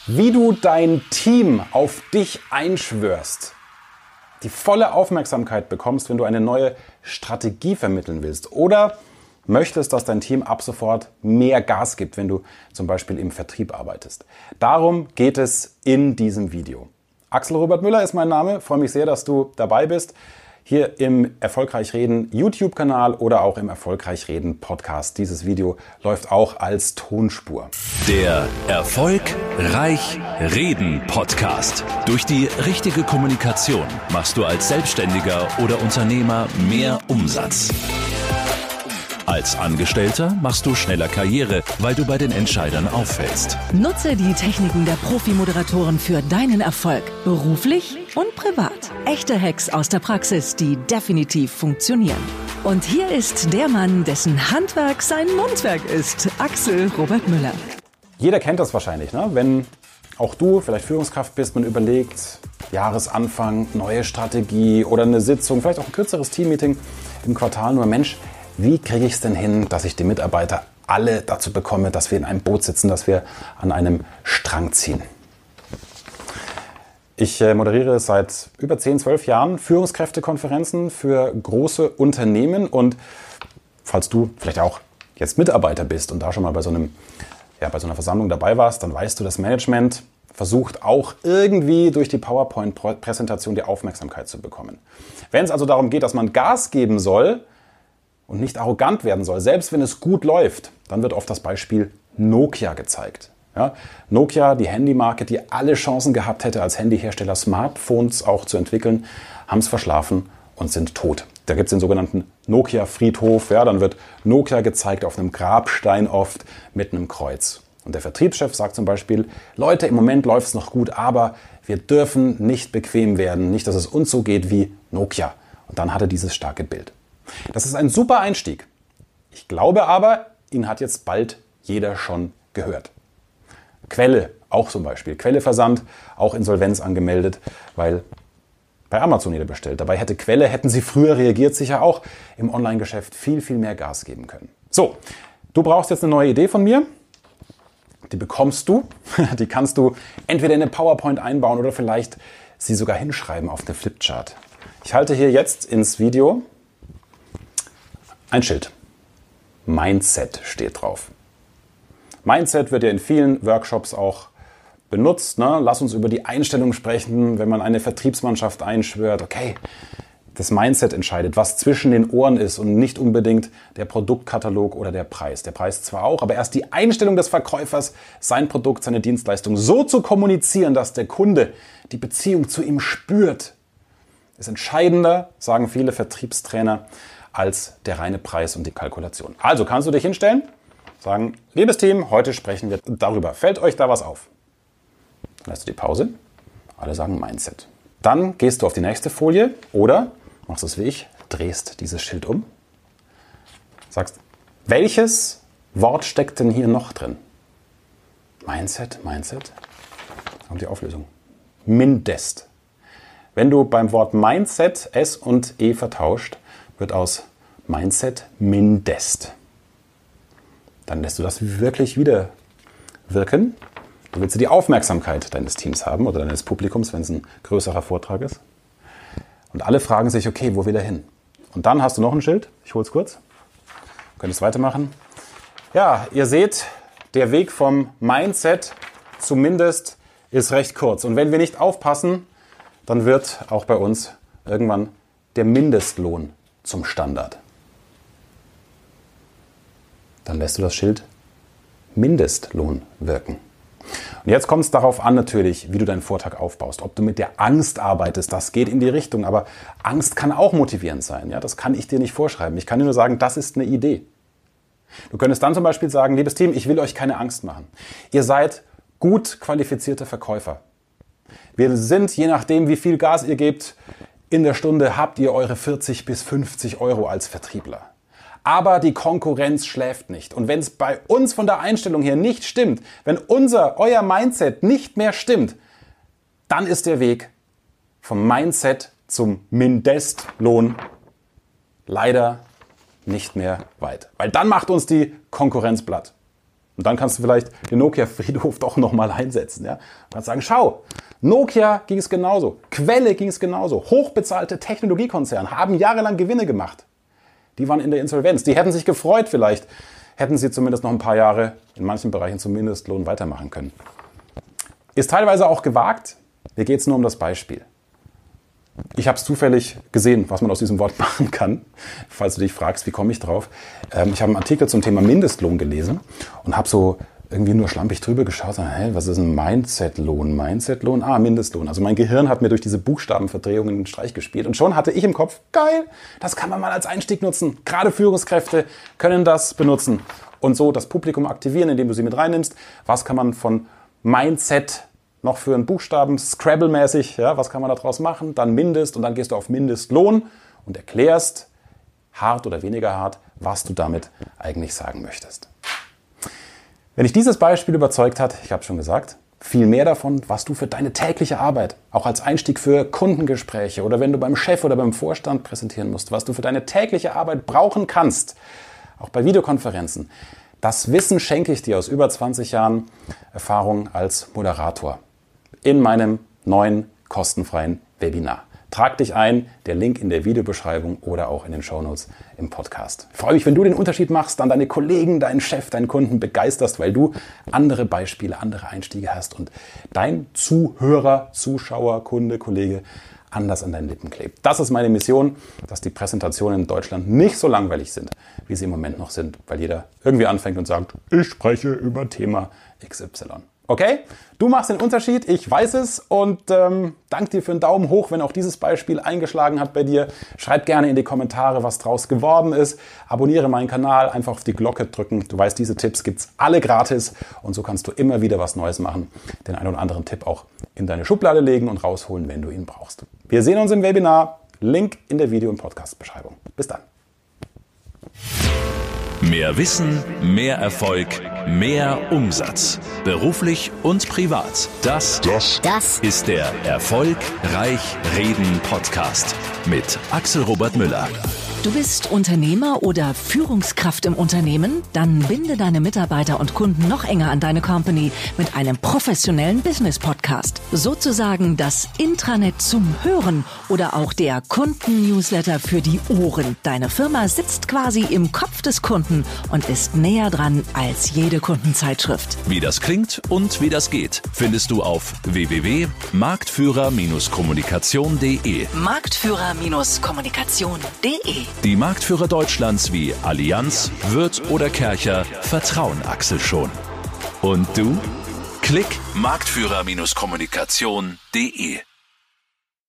Wie du dein Team auf dich einschwörst, die volle Aufmerksamkeit bekommst, wenn du eine neue Strategie vermitteln willst oder möchtest, dass dein Team ab sofort mehr Gas gibt, wenn du zum Beispiel im Vertrieb arbeitest. Darum geht es in diesem Video. Axel Robert Müller ist mein Name. Freue mich sehr, dass du dabei bist. Hier im Erfolgreich Reden YouTube-Kanal oder auch im Erfolgreich Reden Podcast. Dieses Video läuft auch als Tonspur. Der Erfolgreich Reden Podcast. Durch die richtige Kommunikation machst du als Selbstständiger oder Unternehmer mehr Umsatz. Als Angestellter machst du schneller Karriere, weil du bei den Entscheidern auffällst. Nutze die Techniken der Profi-Moderatoren für deinen Erfolg, beruflich und privat. Echte Hacks aus der Praxis, die definitiv funktionieren. Und hier ist der Mann, dessen Handwerk sein Mundwerk ist, Axel Robert Müller. Jeder kennt das wahrscheinlich, ne? Wenn auch du vielleicht Führungskraft bist, man überlegt, Jahresanfang, neue Strategie oder eine Sitzung, vielleicht auch ein kürzeres Teammeeting im Quartal, nur Mensch, wie kriege ich es denn hin, dass ich die Mitarbeiter alle dazu bekomme, dass wir in einem Boot sitzen, dass wir an einem Strang ziehen? Ich moderiere seit über 10, 12 Jahren Führungskräftekonferenzen für große Unternehmen und falls du vielleicht auch jetzt Mitarbeiter bist und da schon mal bei so einer Versammlung dabei warst, dann weißt du, das Management versucht auch irgendwie durch die PowerPoint-Präsentation die Aufmerksamkeit zu bekommen. Wenn es also darum geht, dass man Gas geben soll und nicht arrogant werden soll, selbst wenn es gut läuft, dann wird oft das Beispiel Nokia gezeigt. Ja, Nokia, die Handymarke, die alle Chancen gehabt hätte, als Handyhersteller Smartphones auch zu entwickeln, haben es verschlafen und sind tot. Da gibt es den sogenannten Nokia-Friedhof. Ja, dann wird Nokia gezeigt auf einem Grabstein oft mit einem Kreuz. Und der Vertriebschef sagt zum Beispiel, Leute, im Moment läuft es noch gut, aber wir dürfen nicht bequem werden, nicht, dass es uns so geht wie Nokia. Und dann hat er dieses starke Bild. Das ist ein super Einstieg. Ich glaube aber, ihn hat jetzt bald jeder schon gehört. Quelle, auch zum Beispiel. Quelle Versand, auch Insolvenz angemeldet, weil bei Amazon jeder bestellt. Dabei hätten sie früher reagiert, sicher auch im Online-Geschäft viel, viel mehr Gas geben können. So, du brauchst jetzt eine neue Idee von mir. Die bekommst du. Die kannst du entweder in eine PowerPoint einbauen oder vielleicht sie sogar hinschreiben auf eine Flipchart. Ich halte hier jetzt ins Video ein Schild. Mindset steht drauf. Mindset wird ja in vielen Workshops auch benutzt. Ne? Lass uns über die Einstellung sprechen, wenn man eine Vertriebsmannschaft einschwört. Okay, das Mindset entscheidet, was zwischen den Ohren ist und nicht unbedingt der Produktkatalog oder der Preis. Der Preis zwar auch, aber erst die Einstellung des Verkäufers, sein Produkt, seine Dienstleistung so zu kommunizieren, dass der Kunde die Beziehung zu ihm spürt, ist entscheidender, sagen viele Vertriebstrainer, als der reine Preis und die Kalkulation. Also kannst du dich hinstellen, sagen, liebes Team, heute sprechen wir darüber. Fällt euch da was auf? Dann lässt du die Pause. Alle sagen Mindset. Dann gehst du auf die nächste Folie oder machst es wie ich, drehst dieses Schild um, sagst, welches Wort steckt denn hier noch drin? Mindset. Und die Auflösung. Mindest. Wenn du beim Wort Mindset S und E vertauscht, wird aus Mindset Mindest. Dann lässt du das wirklich wieder wirken. Du willst die Aufmerksamkeit deines Teams haben oder deines Publikums, wenn es ein größerer Vortrag ist. Und alle fragen sich, okay, wo will er hin? Und dann hast du noch ein Schild. Ich hole es kurz. Du könntest weitermachen. Ja, ihr seht, der Weg vom Mindset zumindest ist recht kurz. Und wenn wir nicht aufpassen, dann wird auch bei uns irgendwann der Mindestlohn zum Standard. Dann lässt du das Schild Mindestlohn wirken. Und jetzt kommt es darauf an natürlich, wie du deinen Vortrag aufbaust. Ob du mit der Angst arbeitest, das geht in die Richtung. Aber Angst kann auch motivierend sein. Ja? Das kann ich dir nicht vorschreiben. Ich kann dir nur sagen, das ist eine Idee. Du könntest dann zum Beispiel sagen, liebes Team, ich will euch keine Angst machen. Ihr seid gut qualifizierte Verkäufer. Wir sind, je nachdem, wie viel Gas ihr gebt, in der Stunde habt ihr eure 40 bis 50 Euro als Vertriebler. Aber die Konkurrenz schläft nicht. Und wenn es bei uns von der Einstellung her nicht stimmt, wenn euer Mindset nicht mehr stimmt, dann ist der Weg vom Mindset zum Mindestlohn leider nicht mehr weit. Weil dann macht uns die Konkurrenz platt. Und dann kannst du vielleicht den Nokia-Friedhof doch nochmal einsetzen. Ja? Du kannst sagen, schau, Nokia ging es genauso, Quelle ging es genauso. Hochbezahlte Technologiekonzerne haben jahrelang Gewinne gemacht. Die waren in der Insolvenz. Die hätten sich gefreut vielleicht, hätten sie zumindest noch ein paar Jahre in manchen Bereichen zum Mindestlohn weitermachen können. Ist teilweise auch gewagt. Mir geht es nur um das Beispiel. Ich habe es zufällig gesehen, was man aus diesem Wort machen kann. Falls du dich fragst, wie komme ich drauf? Ich habe einen Artikel zum Thema Mindestlohn gelesen und habe so irgendwie nur schlampig drüber geschaut. Was ist ein Mindset-Lohn? Mindset-Lohn? Mindestlohn. Also mein Gehirn hat mir durch diese Buchstabenverdrehungen einen Streich gespielt. Und schon hatte ich im Kopf, geil, das kann man mal als Einstieg nutzen. Gerade Führungskräfte können das benutzen. Und so das Publikum aktivieren, indem du sie mit reinnimmst. Was kann man von Mindset noch für einen Buchstaben, Scrabble-mäßig, ja, was kann man daraus machen? Dann Mindest und dann gehst du auf Mindestlohn und erklärst, hart oder weniger hart, was du damit eigentlich sagen möchtest. Wenn dich dieses Beispiel überzeugt hat, ich habe schon gesagt, viel mehr davon, was du für deine tägliche Arbeit, auch als Einstieg für Kundengespräche oder wenn du beim Chef oder beim Vorstand präsentieren musst, was du für deine tägliche Arbeit brauchen kannst, auch bei Videokonferenzen. Das Wissen schenke ich dir aus über 20 Jahren Erfahrung als Moderator in meinem neuen kostenfreien Webinar. Trag dich ein, der Link in der Videobeschreibung oder auch in den Shownotes im Podcast. Ich freue mich, wenn du den Unterschied machst, dann deine Kollegen, deinen Chef, deinen Kunden begeisterst, weil du andere Beispiele, andere Einstiege hast und dein Zuhörer, Zuschauer, Kunde, Kollege anders an deinen Lippen klebt. Das ist meine Mission, dass die Präsentationen in Deutschland nicht so langweilig sind, wie sie im Moment noch sind, weil jeder irgendwie anfängt und sagt, ich spreche über Thema XY. Okay, du machst den Unterschied, ich weiß es und danke dir für einen Daumen hoch, wenn auch dieses Beispiel eingeschlagen hat bei dir. Schreib gerne in die Kommentare, was draus geworden ist. Abonniere meinen Kanal, einfach auf die Glocke drücken. Du weißt, diese Tipps gibt's alle gratis und so kannst du immer wieder was Neues machen. Den einen oder anderen Tipp auch in deine Schublade legen und rausholen, wenn du ihn brauchst. Wir sehen uns im Webinar. Link in der Video- und Podcast-Beschreibung. Bis dann. Mehr Wissen, mehr Erfolg, mehr Umsatz. Beruflich und privat. Das ist der Erfolgreich Reden Podcast mit Axel Robert Müller. Du bist Unternehmer oder Führungskraft im Unternehmen? Dann binde deine Mitarbeiter und Kunden noch enger an deine Company mit einem professionellen Business-Podcast. Sozusagen das Intranet zum Hören oder auch der Kunden-Newsletter für die Ohren. Deine Firma sitzt quasi im Kopf des Kunden und ist näher dran als jede Kundenzeitschrift. Wie das klingt und wie das geht, findest du auf www.marktführer-kommunikation.de. Marktführer-kommunikation.de. Die Marktführer Deutschlands wie Allianz, Wirth oder Kärcher vertrauen Axel schon. Und du? Klick marktführer-kommunikation.de.